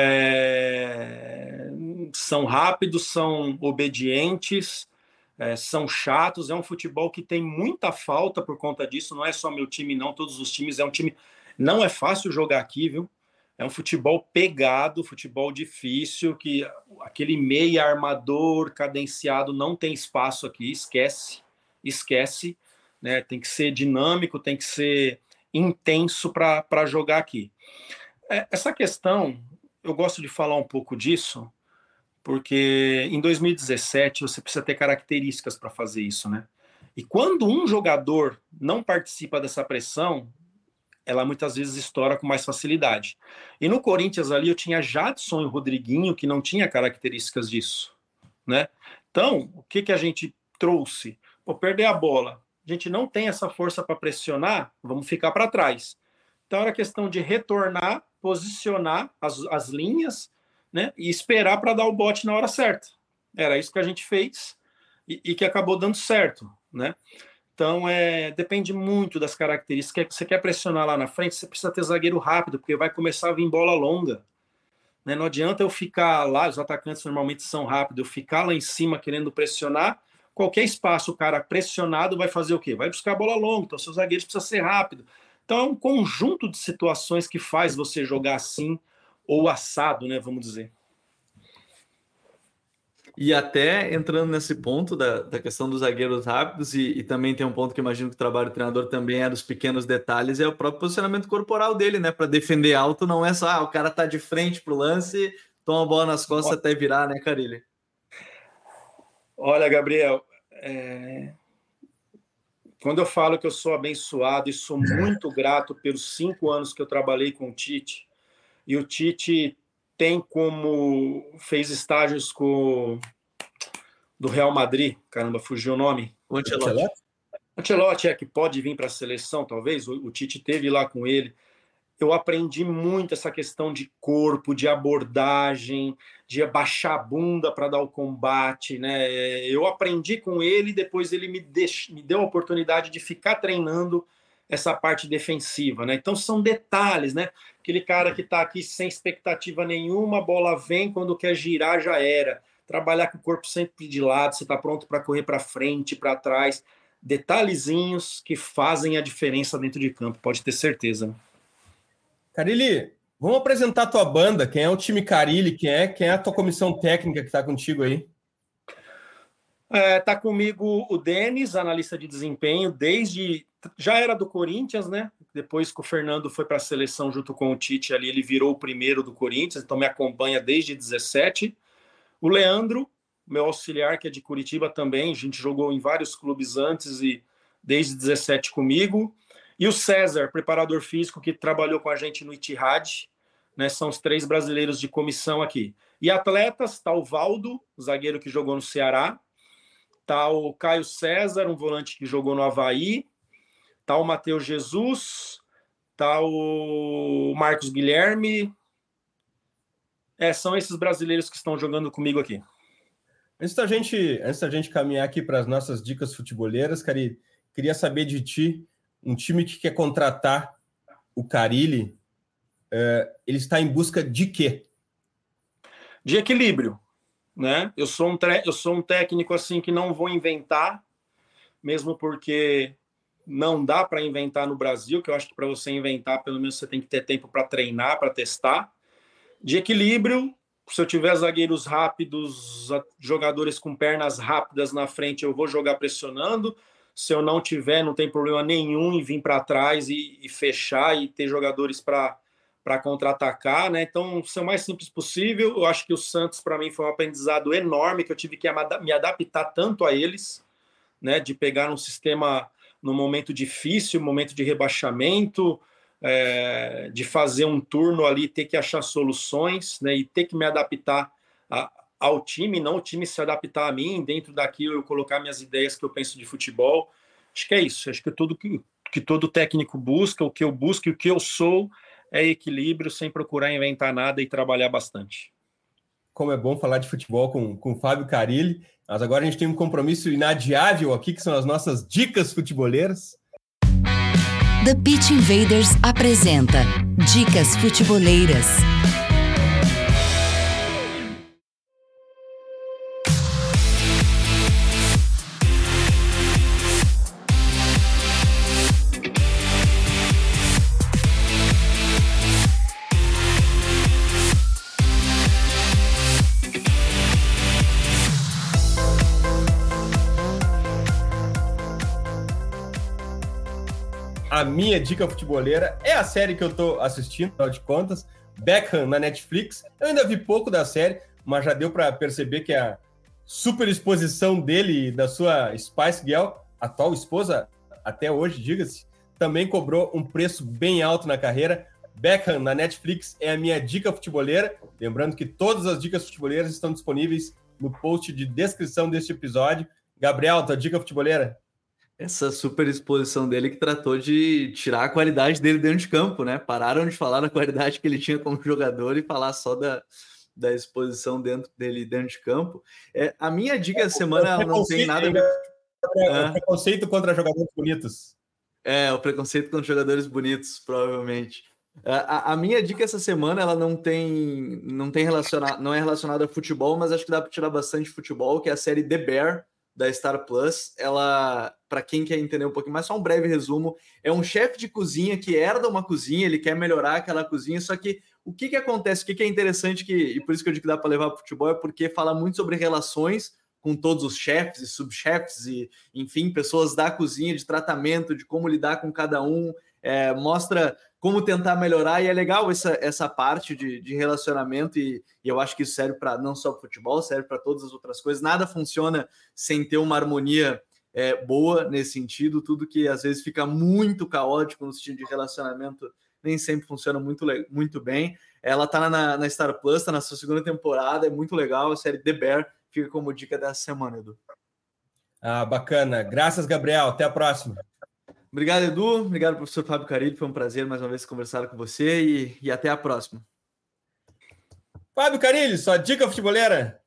é... são rápidos, são obedientes, é, são chatos, é um futebol que tem muita falta por conta disso, não é só meu time não, todos os times, é um time, não é fácil jogar aqui, viu? É um futebol pegado, futebol difícil, que aquele meia armador cadenciado não tem espaço aqui, esquece, esquece, né? Tem que ser dinâmico, tem que ser intenso para jogar aqui. É, essa questão, eu gosto de falar um pouco disso, porque em dois mil e dezessete você precisa ter características para fazer isso, né? E quando um jogador não participa dessa pressão, ela muitas vezes estoura com mais facilidade. E no Corinthians ali eu tinha Jadson e Rodriguinho que não tinha características disso, né? Então, o que, que a gente trouxe? Pô, perder a bola. A gente não tem essa força para pressionar, vamos ficar para trás. Então era questão de retornar, posicionar as, as linhas, né, e esperar para dar o bote na hora certa. Era isso que a gente fez e, e que acabou dando certo, né? Então é, depende muito das características. Você quer pressionar lá na frente, você precisa ter zagueiro rápido, porque vai começar a vir bola longa. Né? Não adianta eu ficar lá, os atacantes normalmente são rápidos, eu ficar lá em cima querendo pressionar. Qualquer espaço, o cara pressionado vai fazer o quê? Vai buscar a bola longa, então seus zagueiros precisam ser rápido. Então é um conjunto de situações que faz você jogar assim, ou assado, né, vamos dizer. E até entrando nesse ponto da, da questão dos zagueiros rápidos, e, e também tem um ponto que eu imagino que o trabalho do treinador também é dos pequenos detalhes, é o próprio posicionamento corporal dele, né? Para defender alto não é só, ah, o cara tá de frente pro lance, toma a bola nas costas até virar, né, Carilli? Olha, Gabriel, é... quando eu falo que eu sou abençoado e sou muito grato pelos cinco anos que eu trabalhei com o Tite, e o Tite tem como... fez estágios com do Real Madrid, caramba, fugiu o nome. O Ancelotti. Ancelotti é que pode vir para a seleção, talvez, o, o Tite teve lá com ele. Eu aprendi muito essa questão de corpo, de abordagem, de abaixar a bunda para dar o combate, né? Eu aprendi com ele e depois ele me, deix... me deu a oportunidade de ficar treinando essa parte defensiva, né? Então são detalhes, né? Aquele cara que está aqui sem expectativa nenhuma, a bola vem, quando quer girar já era. Trabalhar com o corpo sempre de lado, você está pronto para correr para frente, para trás. detalhezinhos que fazem a diferença dentro de campo, pode ter certeza. Carilli, vamos apresentar a tua banda, quem é o time Carilli, quem é, quem é a tua comissão técnica que está contigo aí? É, tá comigo o Denis, analista de desempenho, desde... Já era do Corinthians, né? Depois que o Fernando foi para a seleção junto com o Tite ali, ele virou o primeiro do Corinthians, então me acompanha desde dezessete. O Leandro, meu auxiliar, que é de Curitiba também, a gente jogou em vários clubes antes e desde dezessete comigo. E o César, preparador físico, que trabalhou com a gente no Itihad, né? São os três brasileiros de comissão aqui. E atletas, tá o Valdo, zagueiro que jogou no Ceará, tá o Caio César, um volante que jogou no Avaí, tá o Matheus Jesus, tá o Marcos Guilherme. É, são esses brasileiros que estão jogando comigo aqui. Antes da gente, antes da gente caminhar aqui para as nossas dicas futeboleiras, Cari, queria saber de ti, um time que quer contratar o Carilli, é, ele está em busca de quê? De equilíbrio, né? Eu sou um, tre- eu sou um técnico assim que não vou inventar, mesmo porque não dá para inventar no Brasil, que eu acho que para você inventar, pelo menos você tem que ter tempo para treinar, para testar. De equilíbrio, se eu tiver zagueiros rápidos, jogadores com pernas rápidas na frente, eu vou jogar pressionando. Se eu não tiver, não tem problema nenhum em vir para trás e, e fechar e ter jogadores para para contra-atacar, né? Então, ser o mais simples possível. Eu acho que o Santos, para mim, foi um aprendizado enorme, que eu tive que me adaptar tanto a eles, né? De pegar um sistema num momento difícil, momento de rebaixamento, é, de fazer um turno ali, ter que achar soluções, né? E ter que me adaptar a, ao time, não o time se adaptar a mim, dentro daquilo eu colocar minhas ideias que eu penso de futebol. Acho que é isso. Acho que tudo que, que todo técnico busca, o que eu busco e o que eu sou, é equilíbrio, sem procurar inventar nada e trabalhar bastante. Como é bom falar de futebol com, com o Fábio Carilli, mas agora a gente tem um compromisso inadiável aqui, que são as nossas dicas futeboleiras. The Pitch Invaders apresenta Dicas Futeboleiras. A minha dica futeboleira é a série que eu tô assistindo, afinal de contas, Beckham na Netflix. Eu ainda vi pouco da série, mas já deu para perceber que a super exposição dele e da sua Spice Girl, atual esposa, até hoje, diga-se, também cobrou um preço bem alto na carreira. Beckham na Netflix é a minha dica futeboleira. Lembrando que todas as dicas futeboleiras estão disponíveis no post de descrição deste episódio. Gabriel, tua dica futeboleira? Essa super exposição dele que tratou de tirar a qualidade dele dentro de campo, né? Pararam de falar da qualidade que ele tinha como jogador e falar só da, da exposição dentro dele dentro de campo. É, a minha dica da semana ela não tem nada a ver... O preconceito contra jogadores bonitos. É, o preconceito contra jogadores bonitos, provavelmente. A, a minha dica essa semana ela não tem, não tem relacionado, não é relacionada a futebol, mas acho que dá para tirar bastante futebol, que é a série The Bear da Star Plus. Ela, para quem quer entender um pouquinho mais, só um breve resumo, é um chefe de cozinha que herda uma cozinha, ele quer melhorar aquela cozinha, só que o que que acontece, o que que é interessante, que, e por isso que eu digo que dá para levar para o futebol, é porque fala muito sobre relações com todos os chefes e subchefes e, enfim, pessoas da cozinha, de tratamento, de como lidar com cada um, é, mostra como tentar melhorar, e é legal essa, essa parte de, de relacionamento, e, e eu acho que isso serve para não só para futebol, serve para todas as outras coisas. Nada funciona sem ter uma harmonia é, boa nesse sentido. Tudo que às vezes fica muito caótico no sentido de relacionamento nem sempre funciona muito, muito bem. Ela está na, na Star Plus, está na sua segunda temporada, é muito legal, a série The Bear fica como dica dessa semana, Edu. Ah, bacana. Graças, Gabriel. Até a próxima. Obrigado, Edu. Obrigado, professor Fábio Carilli. Foi um prazer mais uma vez conversar com você e, e até a próxima. Fábio Carilli, sua dica futeboleira?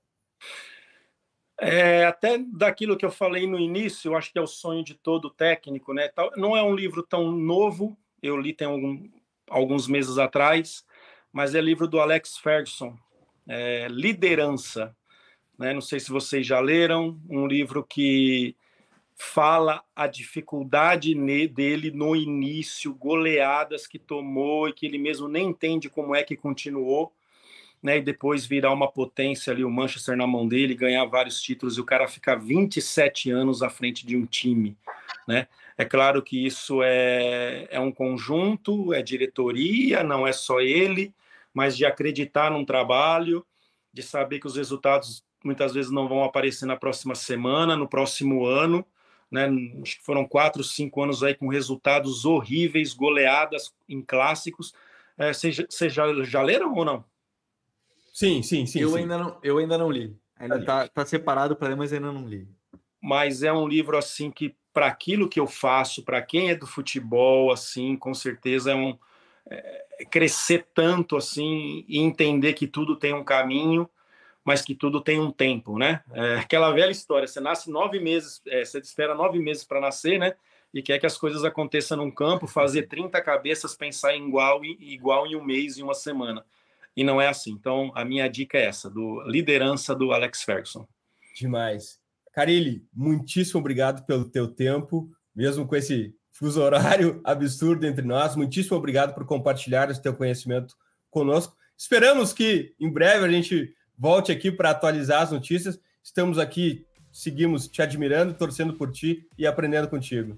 É, até daquilo que eu falei no início, eu acho que é o sonho de todo técnico, né? Não é um livro tão novo, eu li tem algum, alguns meses atrás, mas é livro do Alex Ferguson, é, Liderança. Né? Não sei se vocês já leram, um livro que fala a dificuldade dele no início, goleadas que tomou e que ele mesmo nem entende como é que continuou, né? E depois virar uma potência ali, o Manchester na mão dele, ganhar vários títulos e o cara ficar vinte e sete anos à frente de um time, né? É claro que isso é, é um conjunto, é diretoria, não é só ele, mas de acreditar num trabalho, de saber que os resultados muitas vezes não vão aparecer na próxima semana, no próximo ano, né? Acho que foram quatro, cinco anos aí com resultados horríveis, goleadas em clássicos. É, Vocês é, já, já leram ou não? Sim, sim, sim. Eu, sim. Ainda, não, eu ainda não li. Ainda Tá tá, tá separado para ler, mas ainda não li. Mas é um livro assim que, para aquilo que eu faço, para quem é do futebol, assim, com certeza é um é, crescer tanto assim e entender que tudo tem um caminho, mas que tudo tem um tempo, né? É aquela velha história, você nasce nove meses, é, você espera nove meses para nascer, né? E quer que as coisas aconteçam num campo, fazer trinta cabeças, pensar em igual, igual em um mês, em uma semana. E não é assim. Então, a minha dica é essa, do liderança do Alex Ferguson. Demais. Carille, muitíssimo obrigado pelo teu tempo, mesmo com esse fuso horário absurdo entre nós. Muitíssimo obrigado por compartilhar esse teu conhecimento conosco. Esperamos que, em breve, a gente volte aqui para atualizar as notícias. Estamos aqui, seguimos te admirando, torcendo por ti e aprendendo contigo.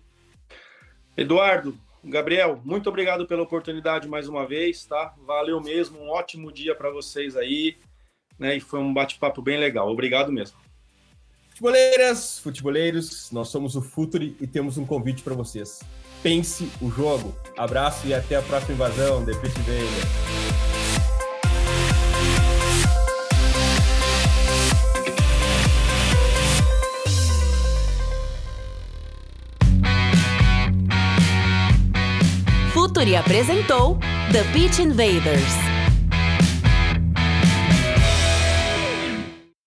Eduardo, Gabriel, muito obrigado pela oportunidade mais uma vez, tá? Valeu mesmo, um ótimo dia para vocês aí, né? E foi um bate-papo bem legal. Obrigado mesmo. Futeboleiras, futeboleiros, nós somos o Futuri e temos um convite para vocês. Pense o jogo. Abraço e até a próxima invasão. The Pitch Invaders. Futuri apresentou The Pitch Invaders.